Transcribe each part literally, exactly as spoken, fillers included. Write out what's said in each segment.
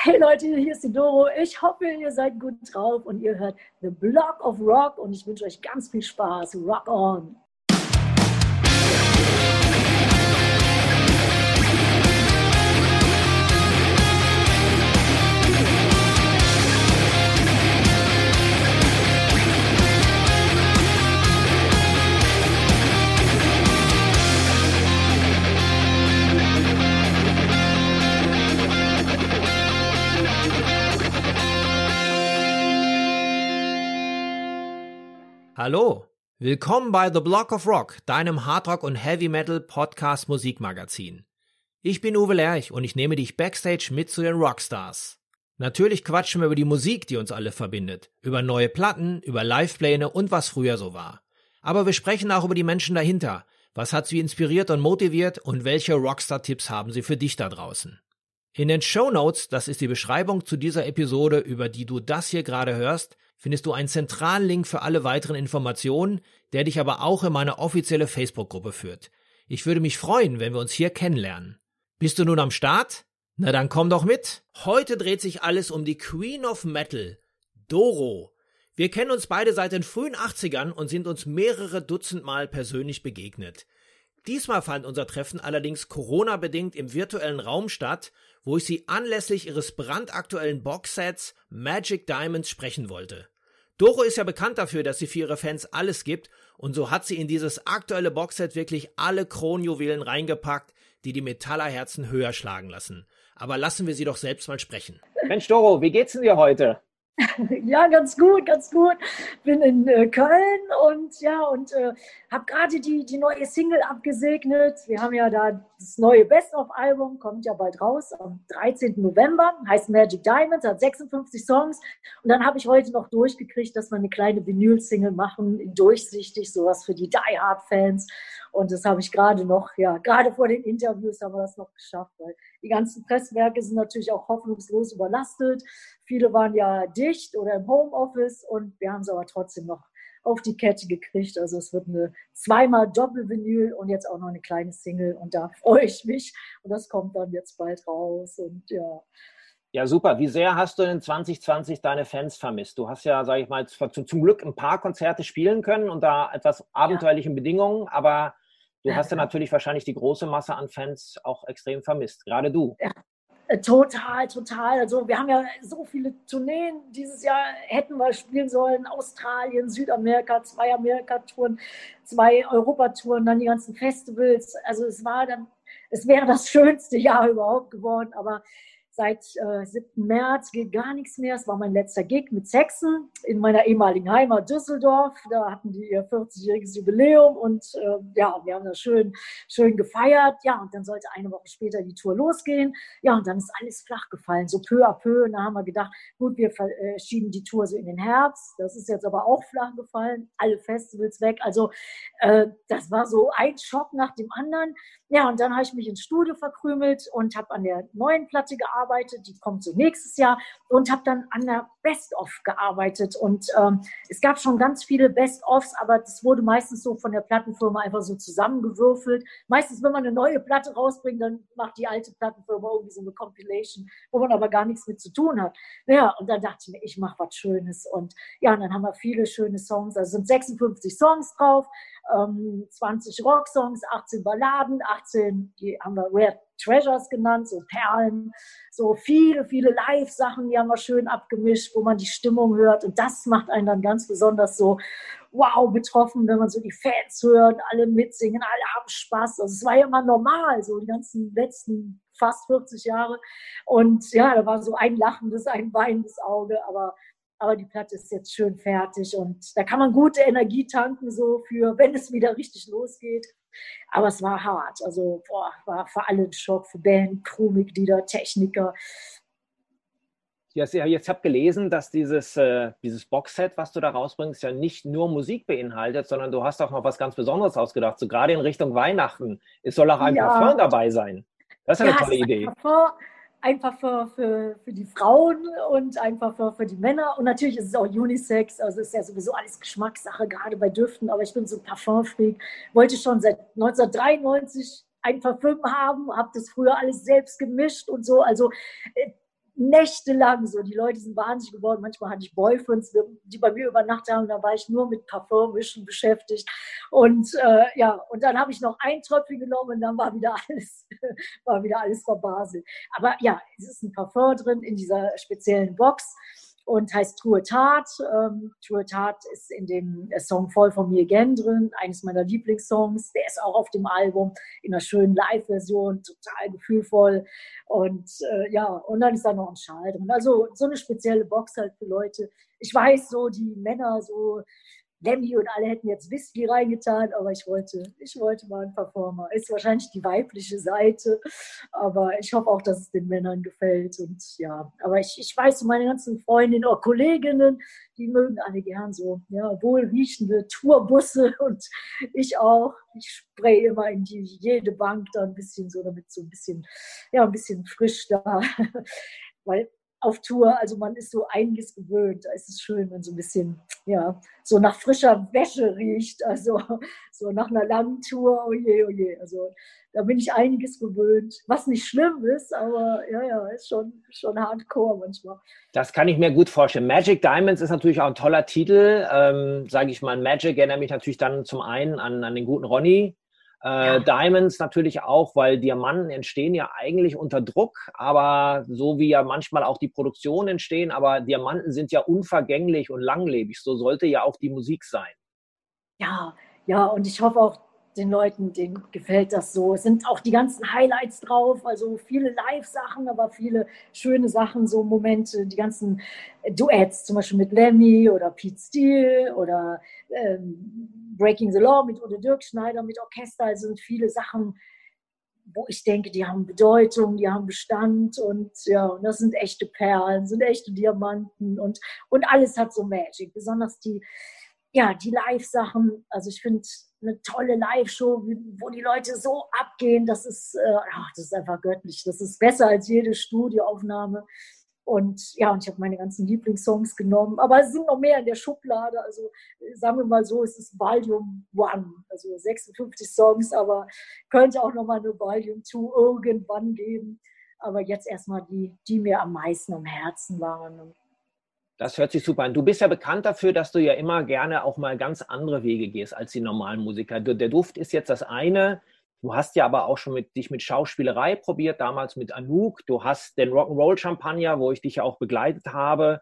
Hey Leute, hier ist die Doro. Ich hoffe, ihr seid gut drauf und ihr hört The Block of Rock und ich wünsche euch ganz viel Spaß. Rock on! Hallo, willkommen bei The Block of Rock, deinem Hardrock- und Heavy-Metal-Podcast-Musikmagazin. Ich bin Uwe Lerch und ich nehme dich backstage mit zu den Rockstars. Natürlich quatschen wir über die Musik, die uns alle verbindet, über neue Platten, über Livepläne und was früher so war. Aber wir sprechen auch über die Menschen dahinter. Was hat sie inspiriert und motiviert und welche Rockstar-Tipps haben sie für dich da draußen? In den Shownotes, das ist die Beschreibung zu dieser Episode, über die du das hier gerade hörst, findest du einen zentralen Link für alle weiteren Informationen, der dich aber auch in meine offizielle Facebook-Gruppe führt. Ich würde mich freuen, wenn wir uns hier kennenlernen. Bist du nun am Start? Na dann komm doch mit! Heute dreht sich alles um die Queen of Metal, Doro. Wir kennen uns beide seit den frühen achtzigern und sind uns mehrere Dutzend Mal persönlich begegnet. Diesmal fand unser Treffen allerdings Corona-bedingt im virtuellen Raum statt, wo ich sie anlässlich ihres brandaktuellen Boxsets Magic Diamonds sprechen wollte. Doro ist ja bekannt dafür, dass sie für ihre Fans alles gibt und so hat sie in dieses aktuelle Boxset wirklich alle Kronjuwelen reingepackt, die die Metallerherzen höher schlagen lassen. Aber lassen wir sie doch selbst mal sprechen. Mensch Doro, wie geht's denn dir heute? Ja, ganz gut, ganz gut. Bin in äh, Köln und ja, und äh, habe gerade die, die neue Single abgesegnet. Wir haben ja da das neue Best-of-Album, kommt ja bald raus am dreizehnten November, heißt Magic Diamonds, hat sechsundfünfzig Songs. Und dann habe ich heute noch durchgekriegt, dass wir eine kleine Vinyl-Single machen, in durchsichtig, sowas für die Die-Hard-Fans. Und das habe ich gerade noch, ja, gerade vor den Interviews haben wir das noch geschafft, weil die ganzen Presswerke sind natürlich auch hoffnungslos überlastet. Viele waren ja dicht oder im Homeoffice und wir haben es aber trotzdem noch auf die Kette gekriegt. Also es wird eine zweimal Doppel-Vinyl und jetzt auch noch eine kleine Single und da freue ich mich. Und das kommt dann jetzt bald raus und ja. Ja, super. Wie sehr hast du in zwanzig zwanzig deine Fans vermisst? Du hast ja, sage ich mal, zum Glück ein paar Konzerte spielen können unter etwas abenteuerlichen ja. Bedingungen, aber du hast ja natürlich wahrscheinlich die große Masse an Fans auch extrem vermisst, gerade du. Ja. Total, total. Also wir haben ja so viele Tourneen dieses Jahr hätten wir spielen sollen. Australien, Südamerika, zwei Amerika-Touren, zwei Europatouren, dann die ganzen Festivals. Also es war dann, es wäre das schönste Jahr überhaupt geworden, aber seit äh, siebten März geht gar nichts mehr. Es war mein letzter Gig mit Saxon in meiner ehemaligen Heimat Düsseldorf. Da hatten die ihr vierzigjähriges Jubiläum und äh, ja, wir haben das schön, schön gefeiert. Ja, und dann sollte eine Woche später die Tour losgehen. Ja, und dann ist alles flach gefallen, so peu à peu. Und da haben wir gedacht, gut, wir verschieben die Tour so in den Herbst. Das ist jetzt aber auch flach gefallen. Alle Festivals weg. Also äh, das war so ein Schock nach dem anderen. Ja, und dann habe ich mich ins Studio verkrümelt und habe an der neuen Platte gearbeitet, die kommt so nächstes Jahr und habe dann an der Best-of gearbeitet und ähm, es gab schon ganz viele Best-ofs, aber das wurde meistens so von der Plattenfirma einfach so zusammengewürfelt. Meistens, wenn man eine neue Platte rausbringt, dann macht die alte Plattenfirma irgendwie so eine Compilation, wo man aber gar nichts mit zu tun hat. Ja, und dann dachte ich mir, ich mache was Schönes und ja, und dann haben wir viele schöne Songs, also sind sechsundfünfzig Songs drauf, ähm, zwanzig Rocksongs, achtzehn Balladen, achtzehn, die haben wir Rare Treasures genannt, so Perlen, so viele, viele Live-Sachen, die haben wir schön abgemischt, wo man die Stimmung hört und das macht einen dann ganz besonders so, wow, betroffen, wenn man so die Fans hört, alle mitsingen, alle haben Spaß, also es war ja immer normal, so die ganzen letzten fast vierzig Jahre und ja, da war so ein lachendes, ein weinendes Auge, aber Aber die Platte ist jetzt schön fertig und da kann man gute Energie tanken, so für, wenn es wieder richtig losgeht. Aber es war hart. Also boah, war für alle ein Schock, für Band, Crewmitglieder, Techniker. Jetzt, jetzt habe ich gelesen, dass dieses, äh, dieses Boxset, was du da rausbringst, ja nicht nur Musik beinhaltet, sondern du hast auch noch was ganz Besonderes ausgedacht. So gerade in Richtung Weihnachten. Es soll auch ein ja. Parfum dabei sein. Das ist ja, eine tolle Idee. Parfum. Ein Parfum für, für die Frauen und ein Parfum für die Männer. Und natürlich ist es auch Unisex, also ist ja sowieso alles Geschmackssache, gerade bei Düften. Aber ich bin so ein Parfumfreak, wollte schon seit neunzehnhundertdreiundneunzig ein Parfüm haben, habe das früher alles selbst gemischt und so. Also nächtelang so. Die Leute sind wahnsinnig geworden. Manchmal hatte ich Boyfriends, die bei mir übernachtet haben. Da war ich nur mit Parfümmischen beschäftigt. Und äh, ja, und dann habe ich noch ein Tröpfchen genommen und dann war wieder alles, war wieder alles verbaselt. Aber ja, es ist ein Parfum drin in dieser speziellen Box und heißt True Tat. Ähm, True Tat ist in dem Song Fall for Me Again drin, eines meiner Lieblingssongs. Der ist auch auf dem Album in einer schönen Live-Version, total gefühlvoll. Und äh, ja, und dann ist da noch ein Schal drin. Also so eine spezielle Box halt für Leute. Ich weiß, so die Männer, so Lemmy und alle hätten jetzt Whisky reingetan, aber ich wollte, ich wollte mal einen Performer. Ist wahrscheinlich die weibliche Seite, aber ich hoffe auch, dass es den Männern gefällt. Und ja, aber ich, ich weiß, meine ganzen Freundinnen oder Kolleginnen, die mögen alle gern so, ja, wohlriechende Tourbusse und ich auch. Ich spraye immer in die, jede Bank da ein bisschen so, damit so ein bisschen, ja, ein bisschen frisch da, weil auf Tour, also man ist so einiges gewöhnt. Da ist es schön, wenn so ein bisschen, ja, so nach frischer Wäsche riecht, also so nach einer langen Tour, oh je, oh je. Also da bin ich einiges gewöhnt, was nicht schlimm ist, aber ja, ja, ist schon, schon hardcore manchmal. Das kann ich mir gut vorstellen. Magic Diamonds ist natürlich auch ein toller Titel, ähm, sage ich mal. Magic erinnert mich natürlich dann zum einen an, an den guten Ronny. Äh, ja. Diamonds natürlich auch, weil Diamanten entstehen ja eigentlich unter Druck, aber so wie ja manchmal auch die Produktionen entstehen, aber Diamanten sind ja unvergänglich und langlebig, so sollte ja auch die Musik sein. Ja, ja, und ich hoffe auch, den Leuten, denen gefällt das so. Es sind auch die ganzen Highlights drauf, also viele Live-Sachen, aber viele schöne Sachen, so Momente, die ganzen Duets, zum Beispiel mit Lemmy oder Pete Steele oder ähm, Breaking the Law mit Udo Dirkschneider, mit Orchester, also sind viele Sachen, wo ich denke, die haben Bedeutung, die haben Bestand und ja, und das sind echte Perlen, sind echte Diamanten und, und alles hat so Magic, besonders die Ja, die Live-Sachen, also ich finde eine tolle Live-Show, wo die Leute so abgehen, das ist, äh, ach, das ist einfach göttlich. Das ist besser als jede Studioaufnahme. Und ja, und ich habe meine ganzen Lieblingssongs genommen, aber es sind noch mehr in der Schublade. Also sagen wir mal so, es ist Volume One, also sechsundfünfzig Songs, aber könnte auch noch mal eine Volume Two irgendwann geben. Aber jetzt erstmal die, die mir am meisten am Herzen waren. Das hört sich super an. Du bist ja bekannt dafür, dass du ja immer gerne auch mal ganz andere Wege gehst als die normalen Musiker. Der Duft ist jetzt das eine. Du hast ja aber auch schon mit, dich mit Schauspielerei probiert, damals mit Anouk. Du hast den Rock'n'Roll Champagner, wo ich dich ja auch begleitet habe.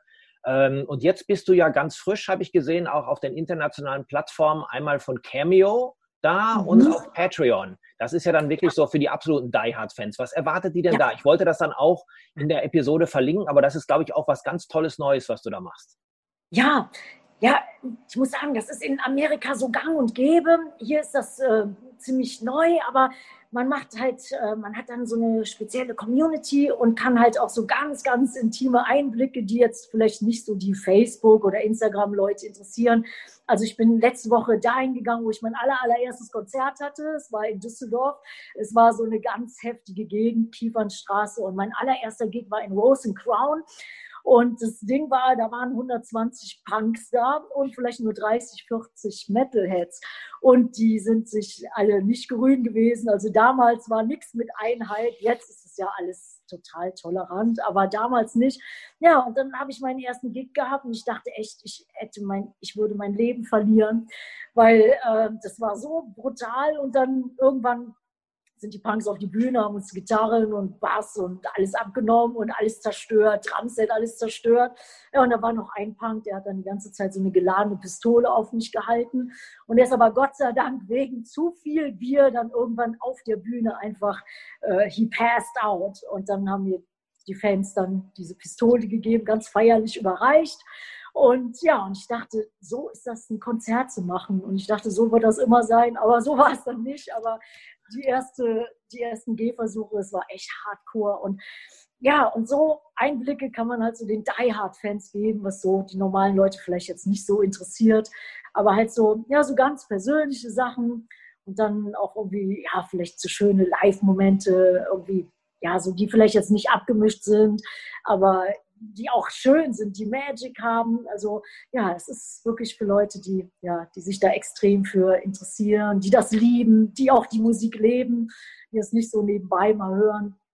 Und jetzt bist du ja ganz frisch, habe ich gesehen, auch auf den internationalen Plattformen, einmal von Cameo da mhm. und auf Patreon. Das ist ja dann wirklich so für die absoluten Die-Hard-Fans. Was erwartet die denn ja. da? Ich wollte das dann auch in der Episode verlinken, aber das ist, glaube ich, auch was ganz Tolles Neues, was du da machst. Ja, ja, ich muss sagen, das ist in Amerika so gang und gäbe. Hier ist das äh, ziemlich neu, aber man macht halt, äh, man hat dann so eine spezielle Community und kann halt auch so ganz, ganz intime Einblicke, die jetzt vielleicht nicht so die Facebook- oder Instagram-Leute interessieren. Also ich bin letzte Woche dahin gegangen, wo ich mein aller, allererstes Konzert hatte. Es war in Düsseldorf. Es war so eine ganz heftige Gegend, Kiefernstraße. Und mein allererster Gig war in Rose and Crown. Und das Ding war, da waren hundertzwanzig Punks da und vielleicht nur dreißig, vierzig Metalheads. Und die sind sich alle nicht grün gewesen. Also damals war nichts mit Einheit. Jetzt ist es ja alles total tolerant, aber damals nicht. Ja, und dann habe ich meinen ersten Gig gehabt und ich dachte echt, ich hätte mein, ich würde mein Leben verlieren, weil äh, das war so brutal. Und dann irgendwann sind die Punks auf die Bühne, haben uns Gitarren und Bass und alles abgenommen und alles zerstört, Drumset alles zerstört. Ja, und da war noch ein Punk, der hat dann die ganze Zeit so eine geladene Pistole auf mich gehalten. Und der ist aber Gott sei Dank wegen zu viel Bier dann irgendwann auf der Bühne einfach, äh, he passed out. Und dann haben mir die Fans dann diese Pistole gegeben, ganz feierlich überreicht. Und ja, und ich dachte, so ist das, ein Konzert zu machen. Und ich dachte, so wird das immer sein. Aber so war es dann nicht. Aber die, erste, die ersten Gehversuche, es war echt hardcore. Und ja, und so Einblicke kann man halt so den Die-Hard-Fans geben, was so die normalen Leute vielleicht jetzt nicht so interessiert. Aber halt so, ja, so ganz persönliche Sachen. Und dann auch irgendwie, ja, vielleicht so schöne Live-Momente, irgendwie, ja, so die vielleicht jetzt nicht abgemischt sind, aber die auch schön sind, die Magic haben. Also ja, es ist wirklich für Leute, die, ja, die sich da extrem für interessieren, die das lieben, die auch die Musik leben, die es nicht so nebenbei mal hören.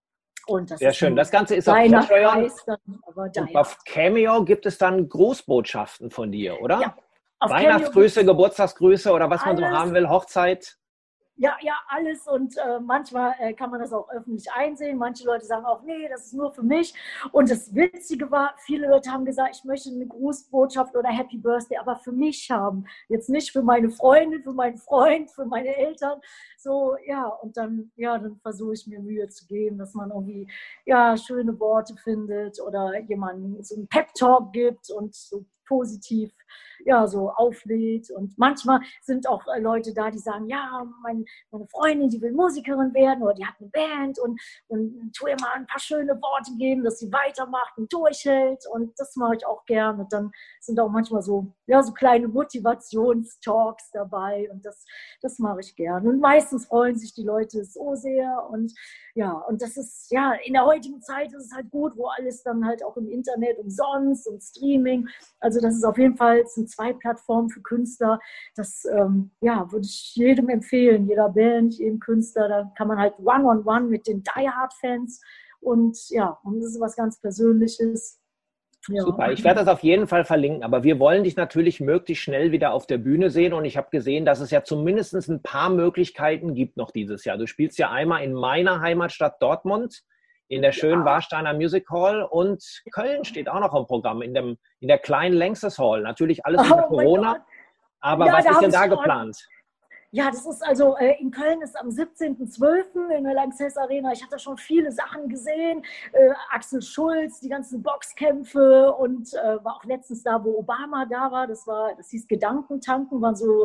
Und das Sehr ist schön. Das Ganze ist auf Patreon. Und auf Cameo gibt es dann Grußbotschaften von dir, oder? Ja, Weihnachtsgrüße, Geburtstagsgrüße oder was alles, man so haben will, Hochzeit? Ja, ja, alles und äh, manchmal äh, kann man das auch öffentlich einsehen. Manche Leute sagen auch, nee, das ist nur für mich. Und das Witzige war, viele Leute haben gesagt, ich möchte eine Grußbotschaft oder Happy Birthday, aber für mich haben. Jetzt nicht für meine Freundin, für meinen Freund, für meine Eltern. So, ja, und dann, ja, dann versuche ich mir Mühe zu geben, dass man irgendwie, ja, schöne Worte findet oder jemanden so einen Pep-Talk gibt und so positiv, ja, so auflädt. Und manchmal sind auch Leute da, die sagen, ja, mein, meine Freundin, die will Musikerin werden oder die hat eine Band und, und tu ihr mal ein paar schöne Worte geben, dass sie weitermacht und durchhält. Und das mache ich auch gern. Und dann sind auch manchmal so, ja, so kleine Motivationstalks dabei und das, das mache ich gern. Und meistens freuen sich die Leute so sehr und ja, und das ist, ja, in der heutigen Zeit ist es halt gut, wo alles dann halt auch im Internet umsonst und Streaming, also das ist auf jeden Fall, es sind zwei Plattformen für Künstler, das, ähm, ja, würde ich jedem empfehlen, jeder Band, jedem Künstler, da kann man halt One-on-One mit den Die-Hard-Fans und ja, und das ist was ganz Persönliches. Ja. Super, ich werde das auf jeden Fall verlinken, aber wir wollen dich natürlich möglichst schnell wieder auf der Bühne sehen und ich habe gesehen, dass es ja zumindest ein paar Möglichkeiten gibt noch dieses Jahr. Du spielst ja einmal in meiner Heimatstadt Dortmund, in der schönen ja. Warsteiner Music Hall und Köln steht auch noch im Programm, in, dem, in der kleinen Längstes Hall. Natürlich alles unter oh Corona, aber ja, was ist denn da geplant? Ja, das ist also, äh, in Köln ist am siebzehnten zwölften in der Lanxess Arena. Ich hatte schon viele Sachen gesehen. Äh, Axel Schulz, die ganzen Boxkämpfe und äh, war auch letztens da, wo Obama da war. Das war, das hieß Gedankentanken, waren so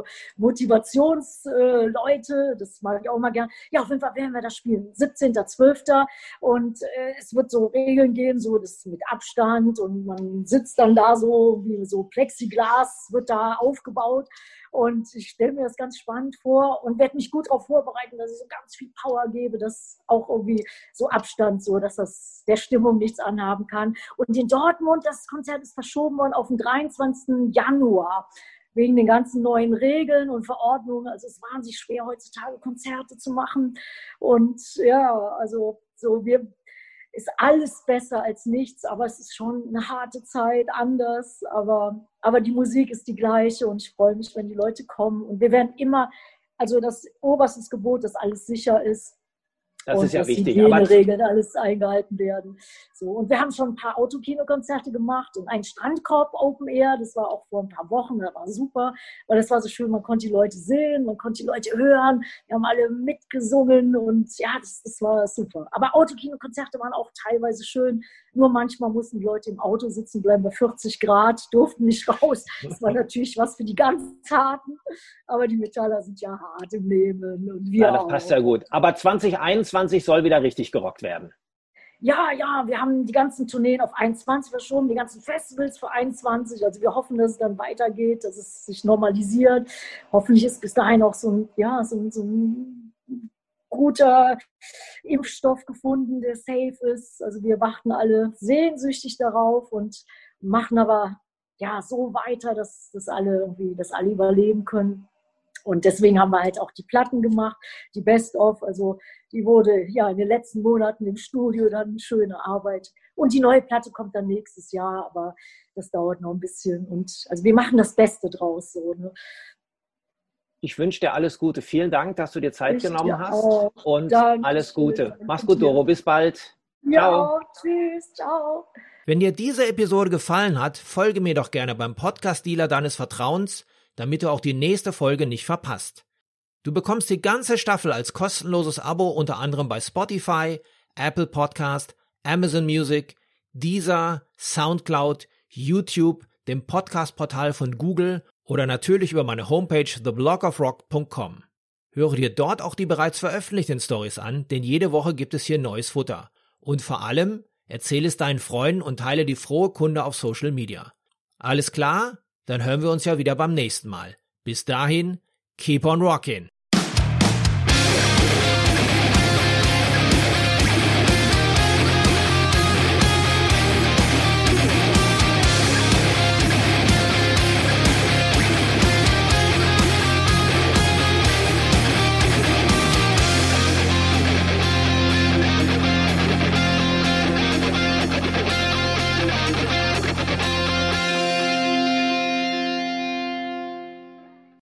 Motivationsleute. Äh, das mag ich auch mal gern. Ja, auf jeden Fall werden wir das spielen. siebzehnten zwölften Und äh, es wird so Regeln geben, so das mit Abstand und man sitzt dann da so, wie so Plexiglas wird da aufgebaut. Und ich stelle mir das ganz spannend vor und werde mich gut darauf vorbereiten, dass ich so ganz viel Power gebe, dass auch irgendwie so Abstand, so dass das der Stimmung nichts anhaben kann. Und in Dortmund, das Konzert ist verschoben worden auf den dreiundzwanzigsten Januar wegen den ganzen neuen Regeln und Verordnungen. Also es ist wahnsinnig schwer, heutzutage Konzerte zu machen. Und ja, also so wir ist alles besser als nichts, aber es ist schon eine harte Zeit, anders, aber, aber die Musik ist die gleiche und ich freue mich, wenn die Leute kommen und wir werden immer, also das oberste Gebot, dass alles sicher ist. Das und ist ja dass wichtig. Die Hygieneregeln alles eingehalten werden. So, und wir haben schon ein paar Autokinokonzerte gemacht und ein Strandkorb Open Air, das war auch vor ein paar Wochen, das war super, weil das war so schön, man konnte die Leute sehen, man konnte die Leute hören, wir haben alle mitgesungen und ja, das, das war super. Aber Autokinokonzerte waren auch teilweise schön, nur manchmal mussten die Leute im Auto sitzen bleiben bei vierzig Grad, durften nicht raus. Das war natürlich was für die ganz Harten, aber die Metaller sind ja hart im Leben und wir ja, das auch. passt ja gut. Aber zwanzig einundzwanzig soll wieder richtig gerockt werden. Ja, ja, wir haben die ganzen Tourneen auf einundzwanzig verschoben, die ganzen Festivals für einundzwanzig. Also wir hoffen, dass es dann weitergeht, dass es sich normalisiert. Hoffentlich ist bis dahin auch so ein, ja, so ein, so ein guter Impfstoff gefunden, der safe ist. Also wir warten alle sehnsüchtig darauf und machen aber ja so weiter, dass, dass alle irgendwie, dass alle überleben können. Und deswegen haben wir halt auch die Platten gemacht, die Best-of. Also die wurde ja in den letzten Monaten im Studio dann eine schöne Arbeit. Und die neue Platte kommt dann nächstes Jahr, aber das dauert noch ein bisschen. Und also wir machen das Beste draus. So, ne? Ich wünsche dir alles Gute. Vielen Dank, dass du dir Zeit ich genommen hast. Auch. Und Danke alles Gute. schön. Mach's gut, Doro. Bis bald. Ja, ciao. Tschüss. Ciao. Wenn dir diese Episode gefallen hat, folge mir doch gerne beim Podcast-Dealer deines Vertrauens, damit du auch die nächste Folge nicht verpasst. Du bekommst die ganze Staffel als kostenloses Abo unter anderem bei Spotify, Apple Podcast, Amazon Music, Deezer, Soundcloud, YouTube, dem Podcast-Portal von Google oder natürlich über meine Homepage the blog of rock punkt com. Höre dir dort auch die bereits veröffentlichten Stories an, denn jede Woche gibt es hier neues Futter. Und vor allem, erzähle es deinen Freunden und teile die frohe Kunde auf Social Media. Alles klar? Dann hören wir uns ja wieder beim nächsten Mal. Bis dahin, keep on rockin'!